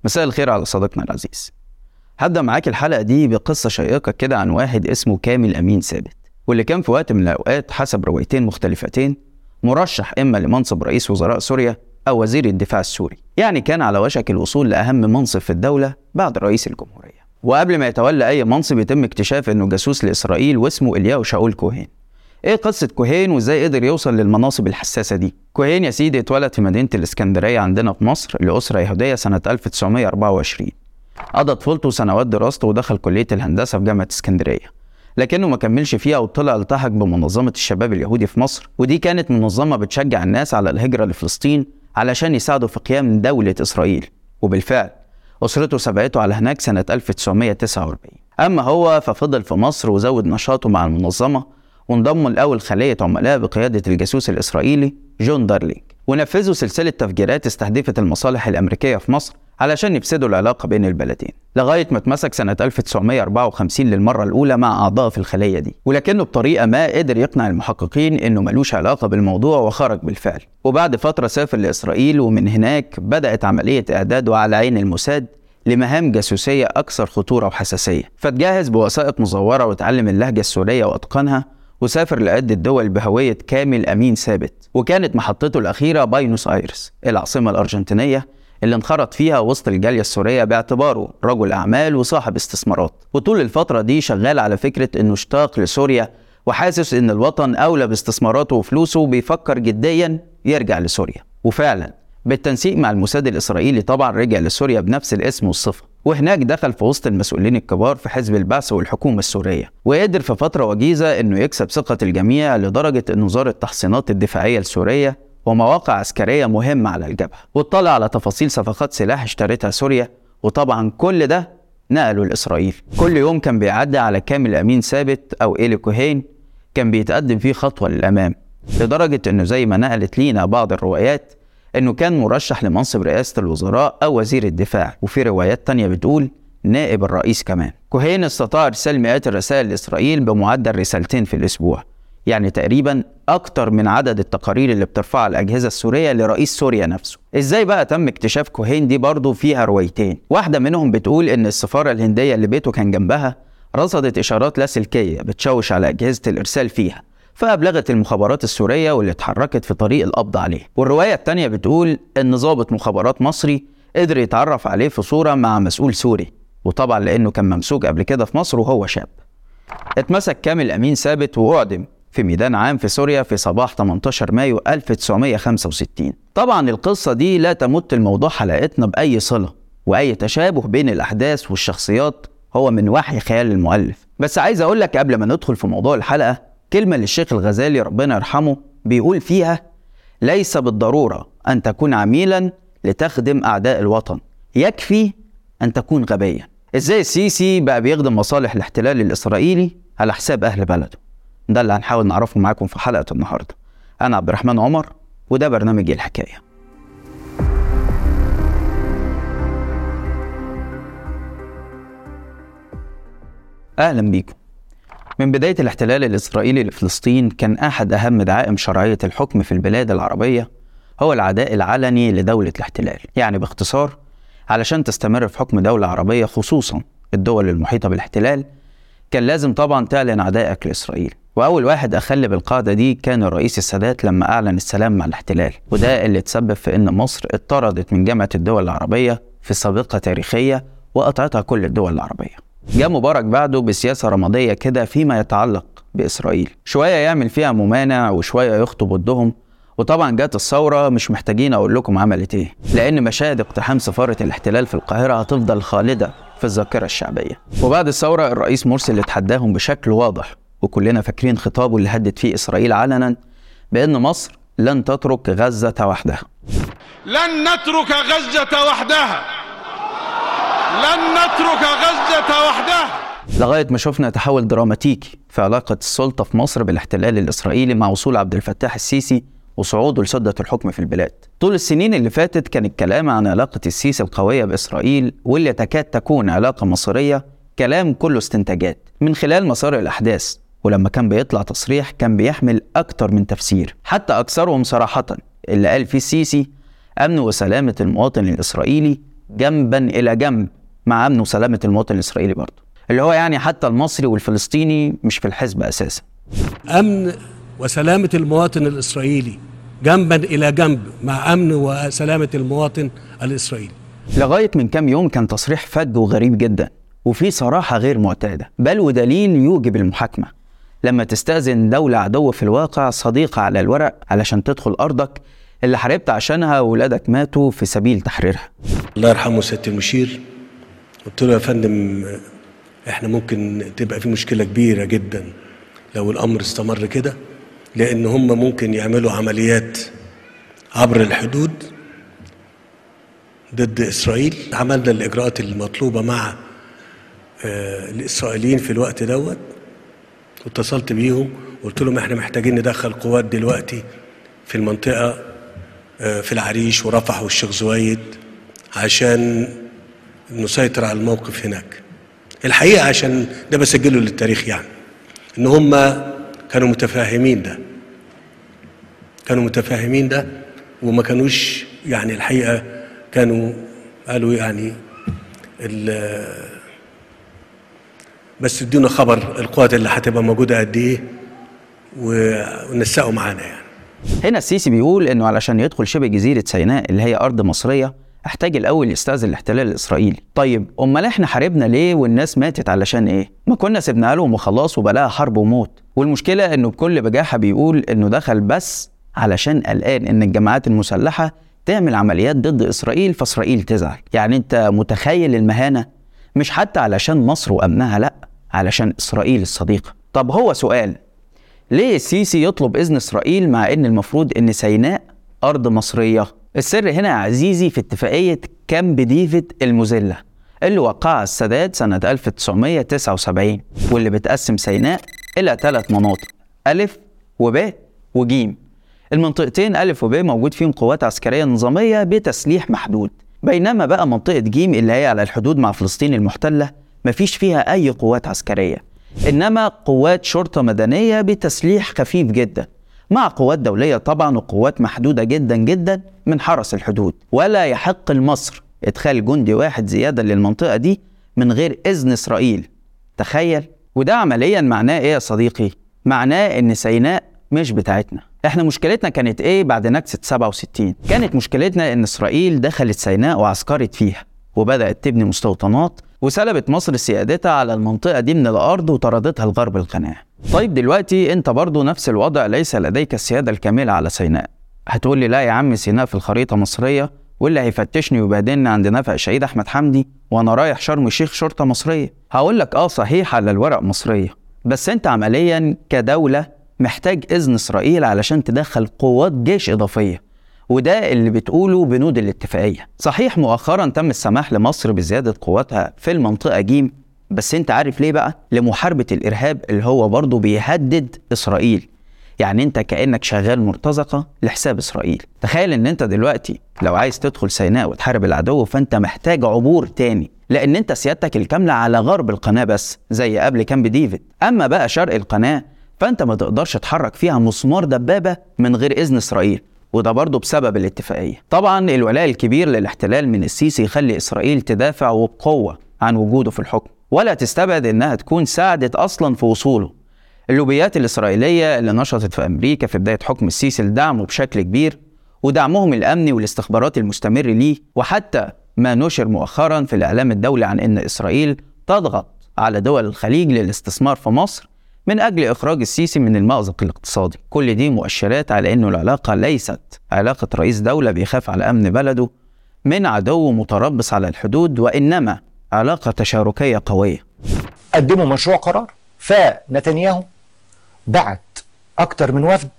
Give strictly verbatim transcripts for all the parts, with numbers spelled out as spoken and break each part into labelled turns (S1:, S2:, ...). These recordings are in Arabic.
S1: مساء الخير على صديقنا العزيز. هبدأ معاك الحلقة دي بقصة شيقة كده عن واحد اسمه كامل أمين ثابت، واللي كان في وقت من الأوقات حسب روايتين مختلفتين مرشح إما لمنصب رئيس وزراء سوريا أو وزير الدفاع السوري، يعني كان على وشك الوصول لأهم منصب في الدولة بعد رئيس الجمهورية. وقبل ما يتولى أي منصب يتم اكتشاف إنه جاسوس لإسرائيل واسمه إلياو شاول كوهين. ايه قصة كوهين وازاي قدر يوصل للمناصب الحساسة دي؟ كوهين يا سيدي اتولد في مدينة الإسكندرية عندنا في مصر لأسرة يهودية سنة ألف وتسعمائة وأربعة وعشرين. قضى طفولته وسنوات دراسته ودخل كلية الهندسة في جامعة اسكندرية، لكنه ما كملش فيها وطلع التحق بمنظمة الشباب اليهودي في مصر، ودي كانت منظمة بتشجع الناس على الهجرة لفلسطين علشان يساعدوا في قيام دولة إسرائيل. وبالفعل أسرته سبقته على هناك سنة ألف وتسعمائة وتسعة وأربعين. أما هو ففضل في مصر وزود نشاطه مع المنظمة، وانضموا لأول خلية عملاء بقيادة الجاسوس الإسرائيلي جون دارلينج، ونفذوا سلسلة تفجيرات استهدفت المصالح الأمريكية في مصر علشان يفسدوا العلاقة بين البلدين، لغاية ما اتمسك سنة ألف وتسعمائة وأربعة وخمسين للمرة الأولى مع أعضاء في الخلية دي، ولكنه بطريقة ما قدر يقنع المحققين إنه ملوش علاقة بالموضوع وخرج بالفعل. وبعد فترة سافر لإسرائيل، ومن هناك بدأت عملية إعداده على عين الموساد لمهام جاسوسية أكثر خطورة وحساسية، فتجهز بوثائق مزورة وتعلم اللهجة السورية وأتقنها، وسافر لعدة دول بهوية كامل أمين ثابت. وكانت محطته الأخيرة بوينوس آيرس العاصمة الأرجنتينية اللي انخرط فيها وسط الجالية السورية باعتباره رجل أعمال وصاحب استثمارات. وطول الفترة دي شغال على فكرة إنه اشتاق لسوريا وحاسس إن الوطن أولى باستثماراته وفلوسه، وبيفكر جديا يرجع لسوريا. وفعلا بالتنسيق مع الموساد الإسرائيلي طبعا رجع لسوريا بنفس الاسم والصفة، وهناك دخل في وسط المسؤولين الكبار في حزب البعث والحكومة السورية، وقدر في فترة وجيزة انه يكسب ثقة الجميع لدرجة انه زار التحصينات الدفاعية السورية ومواقع عسكرية مهمة على الجبهة، واطلع على تفاصيل صفقات سلاح اشترتها سوريا، وطبعا كل ده نقله لإسرائيل. كل يوم كان بيعدي على كامل أمين ثابت أو إيلي كوهين كان بيتقدم فيه خطوة للأمام، لدرجة انه زي ما نقلت لينا بعض الروايات انه كان مرشح لمنصب رئاسة الوزراء او وزير الدفاع، وفي روايات تانية بتقول نائب الرئيس كمان. كوهين استطاع ارسال مئات الرسائل لاسرائيل بمعدل رسالتين في الاسبوع، يعني تقريبا اكتر من عدد التقارير اللي بترفعها الاجهزة السورية لرئيس سوريا نفسه. ازاي بقى تم اكتشاف كوهين؟ دي برضو فيها روايتين. واحدة منهم بتقول ان السفارة الهندية اللي بيته كان جنبها رصدت اشارات لاسلكية بتشوش على اجهزة الارسال فيها، فأبلغت المخابرات السورية واللي اتحركت في طريق القبض عليه. والرواية التانية بتقول إن ضابط مخابرات مصري قدر يتعرف عليه في صورة مع مسؤول سوري، وطبعا لأنه كان ممسوك قبل كده في مصر وهو شاب. اتمسك كامل أمين ثابت وأعدم في ميدان عام في سوريا في صباح ثمانية عشر مايو ألف وتسعمائة وخمسة وستين. طبعا القصة دي لا تمت الموضوع حلقتنا بأي صلة، وأي تشابه بين الأحداث والشخصيات هو من وحي خيال المؤلف. بس عايز أقول لك قبل ما ندخل في موضوع الحلقة كلمة للشيخ الغزالي ربنا يرحمه، بيقول فيها: ليس بالضرورة أن تكون عميلا لتخدم أعداء الوطن، يكفي أن تكون غبيا. إزاي السيسي بقى بيخدم مصالح الاحتلال الإسرائيلي على حساب أهل بلده؟ ده اللي هنحاول نعرفه معاكم في حلقة النهاردة. أنا عبد الرحمن عمر، وده برنامج الحكاية. أهلا بيكم. من بداية الاحتلال الإسرائيلي لفلسطين كان أحد أهم دعائم شرعية الحكم في البلاد العربية هو العداء العلني لدولة الاحتلال. يعني باختصار، علشان تستمر في حكم دولة عربية خصوصا الدول المحيطة بالاحتلال كان لازم طبعا تعلن عدائك لإسرائيل. وأول واحد أخل بالقاعدة دي كان الرئيس السادات لما أعلن السلام مع الاحتلال، وده اللي تسبب في أن مصر اتطردت من جامعة الدول العربية في سابقة تاريخية وقطعتها كل الدول العربية. جاء مبارك بعده بسياسة رمادية كده فيما يتعلق بإسرائيل، شوية يعمل فيها ممانع وشوية يخطب ضدهم. وطبعا جات الثورة، مش محتاجين أقول لكم عملت إيه، لأن مشاهد اقتحام سفارة الاحتلال في القاهرة هتفضل خالدة في الذاكرة الشعبية. وبعد الثورة الرئيس مرسي اللي اتحداهم بشكل واضح، وكلنا فاكرين خطابه اللي هدد فيه إسرائيل علنا بأن مصر لن تترك غزة وحدها.
S2: لن نترك غزة وحدها، لن نترك غزة وحدها.
S1: لغاية ما شفنا تحول دراماتيكي في علاقة السلطة في مصر بالاحتلال الإسرائيلي مع وصول عبد الفتاح السيسي وصعوده لسدة الحكم في البلاد. طول السنين اللي فاتت كان الكلام عن علاقة السيسي القوية بإسرائيل واللي تكاد تكون علاقة مصيرية كلام كله استنتاجات من خلال مسار الأحداث، ولما كان بيطلع تصريح كان بيحمل أكتر من تفسير، حتى أكثرهم صراحة اللي قال فيه السيسي أمن وسلامة المواطن الإسرائيلي جنبا إلى جنب مع أمن وسلامة المواطن الإسرائيلي برضه، اللي هو يعني حتى المصري والفلسطيني مش في الحزب أساسا.
S3: أمن وسلامة المواطن الإسرائيلي جنبا إلى جنب مع أمن وسلامة المواطن الإسرائيلي.
S1: لغاية من كام يوم كان تصريح فج وغريب جدا وفي صراحة غير معتادة، بل ودليل يوجب المحاكمة. لما تستأذن دولة عدو في الواقع صديقة على الورق علشان تدخل أرضك اللي حاربت عشانها وولادك ماتوا في سبيل تحريرها.
S3: الله يرحمه سيادة المشير، قلت له يا فندم احنا ممكن تبقى في مشكلة كبيرة جدا لو الأمر استمر كده، لأن هم ممكن يعملوا عمليات عبر الحدود ضد إسرائيل. عملنا الإجراءات المطلوبة مع آه الإسرائيليين في الوقت دوت، واتصلت بيهم وقلت لهم احنا محتاجين ندخل قوات دلوقتي في المنطقة آه في العريش ورفح والشيخ زويد عشان نسيطر على الموقف هناك. الحقيقة عشان ده بسجله للتاريخ، يعني ان هم كانوا متفاهمين ده كانوا متفاهمين ده وما كانوش يعني الحقيقة كانوا قالوا يعني بس ادونا خبر القوات اللي هتبقى موجودة قد ايه ونسقوا معانا. يعني
S1: هنا السيسي بيقول انه علشان يدخل شبه جزيرة سيناء اللي هي ارض مصرية احتاج الاول يستأذن الاحتلال الاسرائيلي. طيب امال احنا حاربنا ليه والناس ماتت علشان ايه؟ ما كنا سيبناها لهم وخلاص وبلاها حرب وموت. والمشكلة انه بكل بجاحة بيقول انه دخل بس علشان قلقان ان الجماعات المسلحة تعمل عمليات ضد اسرائيل فاسرائيل تزعل. يعني انت متخيل المهانة؟ مش حتى علشان مصر وامنها، لا، علشان اسرائيل الصديقة. طب هو سؤال، ليه السيسي يطلب اذن اسرائيل مع ان المفروض ان سيناء ارض مصرية؟ السر هنا يا عزيزي في اتفاقية كامب ديفيد المذلة اللي وقعها السادات سنة ألف وتسعمية وتسعة وسبعين، واللي بتقسم سيناء إلى ثلاث مناطق، ألف وب وجيم. المنطقتين ألف وب موجود فيهم قوات عسكرية نظامية بتسليح محدود، بينما بقى منطقة جيم اللي هي على الحدود مع فلسطين المحتلة مفيش فيها أي قوات عسكرية، إنما قوات شرطة مدنية بتسليح خفيف جدا مع قوات دولية طبعا وقوات محدودة جدا جدا من حرس الحدود. ولا يحق لمصر إدخال جندي واحد زيادة للمنطقة دي من غير إذن إسرائيل. تخيل. وده عمليا معناه إيه يا صديقي؟ معناه إن سيناء مش بتاعتنا. إحنا مشكلتنا كانت إيه بعد نكسة سبعة وستين؟ كانت مشكلتنا إن إسرائيل دخلت سيناء وعسكرت فيها وبدأت تبني مستوطنات وسلبت مصر سيادتها على المنطقة دي من الأرض وطردتها لغرب القناة. طيب دلوقتي انت برضو نفس الوضع، ليس لديك السيادة الكاملة على سيناء. هتقول لي لا يا عم، سيناء في الخريطة مصرية، واللي هيفتشني ويبهدلني عند نفق الشهيد أحمد حمدي وانا رايح شرم الشيخ شرطة مصرية. هقول لك اه صحيح على الورق مصرية، بس انت عمليا كدولة محتاج إذن إسرائيل علشان تدخل قوات جيش إضافية، وده اللي بتقوله بنود الاتفاقية. صحيح مؤخرا تم السماح لمصر بزيادة قواتها في المنطقة جيم، بس انت عارف ليه بقى؟ لمحاربة الإرهاب اللي هو برضو بيهدد إسرائيل. يعني انت كأنك شغال مرتزقة لحساب إسرائيل. تخيل ان انت دلوقتي لو عايز تدخل سيناء وتحارب العدو فانت محتاج عبور تاني، لان انت سيادتك الكاملة على غرب القناة بس زي قبل كامب ديفيد. اما بقى شرق القناة فانت ما تقدرش تحرك فيها مسمار دبابة من غير إذن إسرائيل، وده برضه بسبب الاتفاقية. طبعا الولاء الكبير للاحتلال من السيسي يخلي إسرائيل تدافع وبقوة عن وجوده في الحكم، ولا تستبعد إنها تكون ساعدت أصلا في وصوله. اللوبيات الإسرائيلية اللي نشطت في أمريكا في بداية حكم السيسي لدعمه بشكل كبير، ودعمهم الأمني والاستخبارات المستمر ليه، وحتى ما نشر مؤخرا في الإعلام الدولي عن إن إسرائيل تضغط على دول الخليج للاستثمار في مصر من أجل إخراج السيسي من المأزق الاقتصادي. كل دي مؤشرات على إنه العلاقة ليست علاقة رئيس دولة بيخاف على أمن بلده من عدو متربص على الحدود، وإنما علاقة تشاركية قوية.
S4: قدموا مشروع قرار، فنتنياهو بعت أكتر من وفد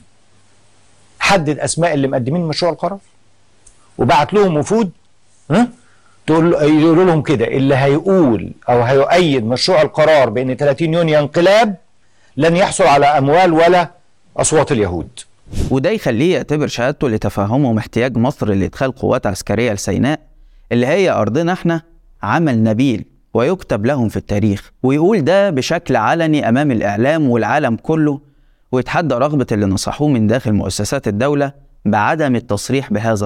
S4: حدد أسماء اللي مقدمين مشروع القرار، وبعت لهم وفود ها تقول يقولوا لهم كده اللي هيقول أو هيؤيد مشروع القرار بأن ثلاثين يونيو انقلاب لن يحصل على أموال ولا أصوات اليهود.
S1: وده يخليه يعتبر شهادته لتفهمهم احتياج مصر لإدخال قوات عسكرية لسيناء اللي هي أرضنا احنا عمل نبيل ويكتب لهم في التاريخ، ويقول ده بشكل علني أمام الإعلام والعالم كله، ويتحدى رغبة اللي نصحوه من داخل مؤسسات الدولة بعدم التصريح بهذا الأمر.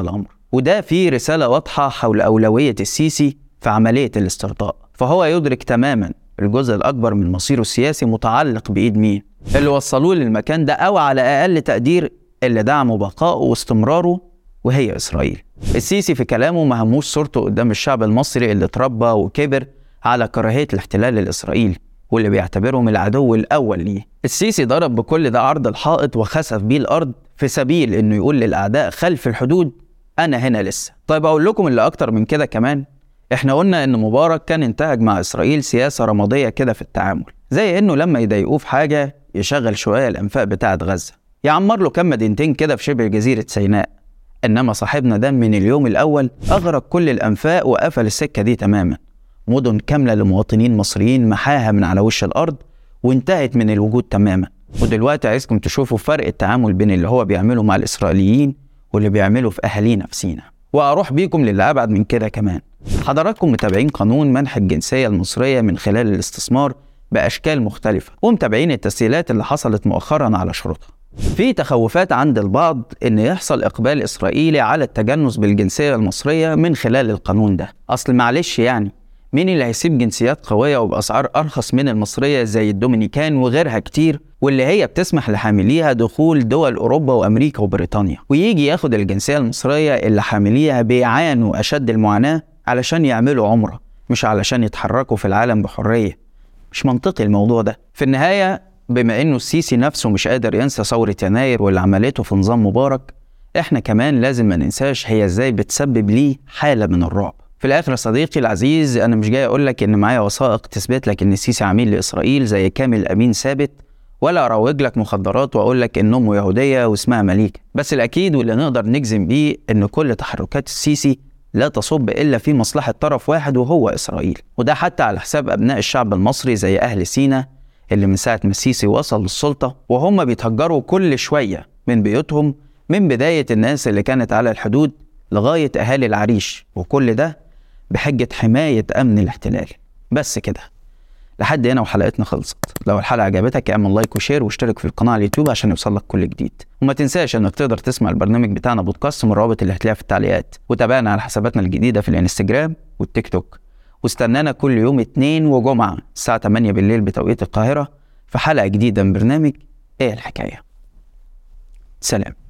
S1: وده فيه رسالة واضحة حول أولوية السيسي في عملية الاسترضاء. فهو يدرك تماما الجزء الأكبر من مصيره السياسي متعلق بإيد مين اللي وصلوه للمكان ده، أو على أقل تقدير اللي دعموا بقائه واستمراره، وهي إسرائيل. السيسي في كلامه ما هموش صورته قدام الشعب المصري اللي اتربى وكبر على كراهية الاحتلال الإسرائيلي واللي بيعتبرهم العدو الأول ليه. السيسي ضرب بكل ده عرض الحائط وخسف بيه الأرض في سبيل إنه يقول للأعداء خلف الحدود أنا هنا لسه. طيب أقول لكم اللي أكتر من كده كمان، إحنا قلنا إن مبارك كان انتهج مع إسرائيل سياسة رمادية كده في التعامل، زي إنه لما يضايقوه في حاجة يشغل شوية الأنفاق بتاعة غزة، يعمر له كم مدينتين كده في شبه جزيرة سيناء. إنما صاحبنا ده من اليوم الأول أغرق كل الأنفاق وقفل السكة دي تماما. مدن كاملة لمواطنين مصريين محاها من على وش الأرض وانتهت من الوجود تماما. ودلوقتي عايزكم تشوفوا فرق التعامل بين اللي هو بيعمله مع الإسرائيليين واللي بيعمله في أهالينا في سيناء. وأروح بيكم للي أبعد من كده كمان. حضراتكم متابعين قانون منح الجنسية المصرية من خلال الاستثمار بأشكال مختلفة، ومتابعين التسهيلات اللي حصلت مؤخرا على شروطها. في تخوفات عند البعض إن يحصل إقبال إسرائيلي على التجنس بالجنسية المصرية من خلال القانون ده. أصل معلش يعني مين اللي هيسيب جنسيات قوية وبأسعار أرخص من المصرية زي الدومينيكان وغيرها كتير، واللي هي بتسمح لحامليها دخول دول أوروبا وأمريكا وبريطانيا، ويجي ياخد الجنسية المصرية اللي حامليها بيعانوا أشد المعاناة علشان يعملوا عمرة، مش علشان يتحركوا في العالم بحرية؟ مش منطقي الموضوع ده. في النهاية بما إنه السيسي نفسه مش قادر ينسى ثورة يناير واللي عملته في نظام مبارك، إحنا كمان لازم ما ننساش هي إزاي بتسبب ليه حالة من الرعب. في الآخر يا صديقي العزيز، أنا مش جاي أقول لك إن معايا وثائق تثبت لك إن السيسي عميل لإسرائيل زي كامل أمين ثابت، ولا أروج لك مخدرات وأقول لك إن أمه يهودية واسمها مليكة. بس الأكيد واللي نقدر نجزم بيه إن كل تحركات السيسي لا تصب إلا في مصلحة طرف واحد وهو إسرائيل، وده حتى على حساب أبناء الشعب المصري زي أهل سيناء اللي من ساعة ما السيسي وصل للسلطة وهم بيتهجروا كل شوية من بيوتهم، من بداية الناس اللي كانت على الحدود لغاية أهالي العريش، وكل ده بحجة حماية أمن الاحتلال. بس كده لحد هنا وحلقتنا خلصت. لو الحلقة عجبتك اعمل لايك وشير واشترك في القناة على اليوتيوب عشان يوصلك كل جديد، وما تنساش انك تقدر تسمع البرنامج بتاعنا بودكاست من الروابط اللي هتلاقيها في التعليقات، وتابعنا على حساباتنا الجديدة في الانستجرام والتيك توك، واستنانا كل يوم اثنين وجمعة الساعة ثمانية بالليل بتوقيت القاهرة في حلقة جديدة من برنامج ايه الحكاية. سلام.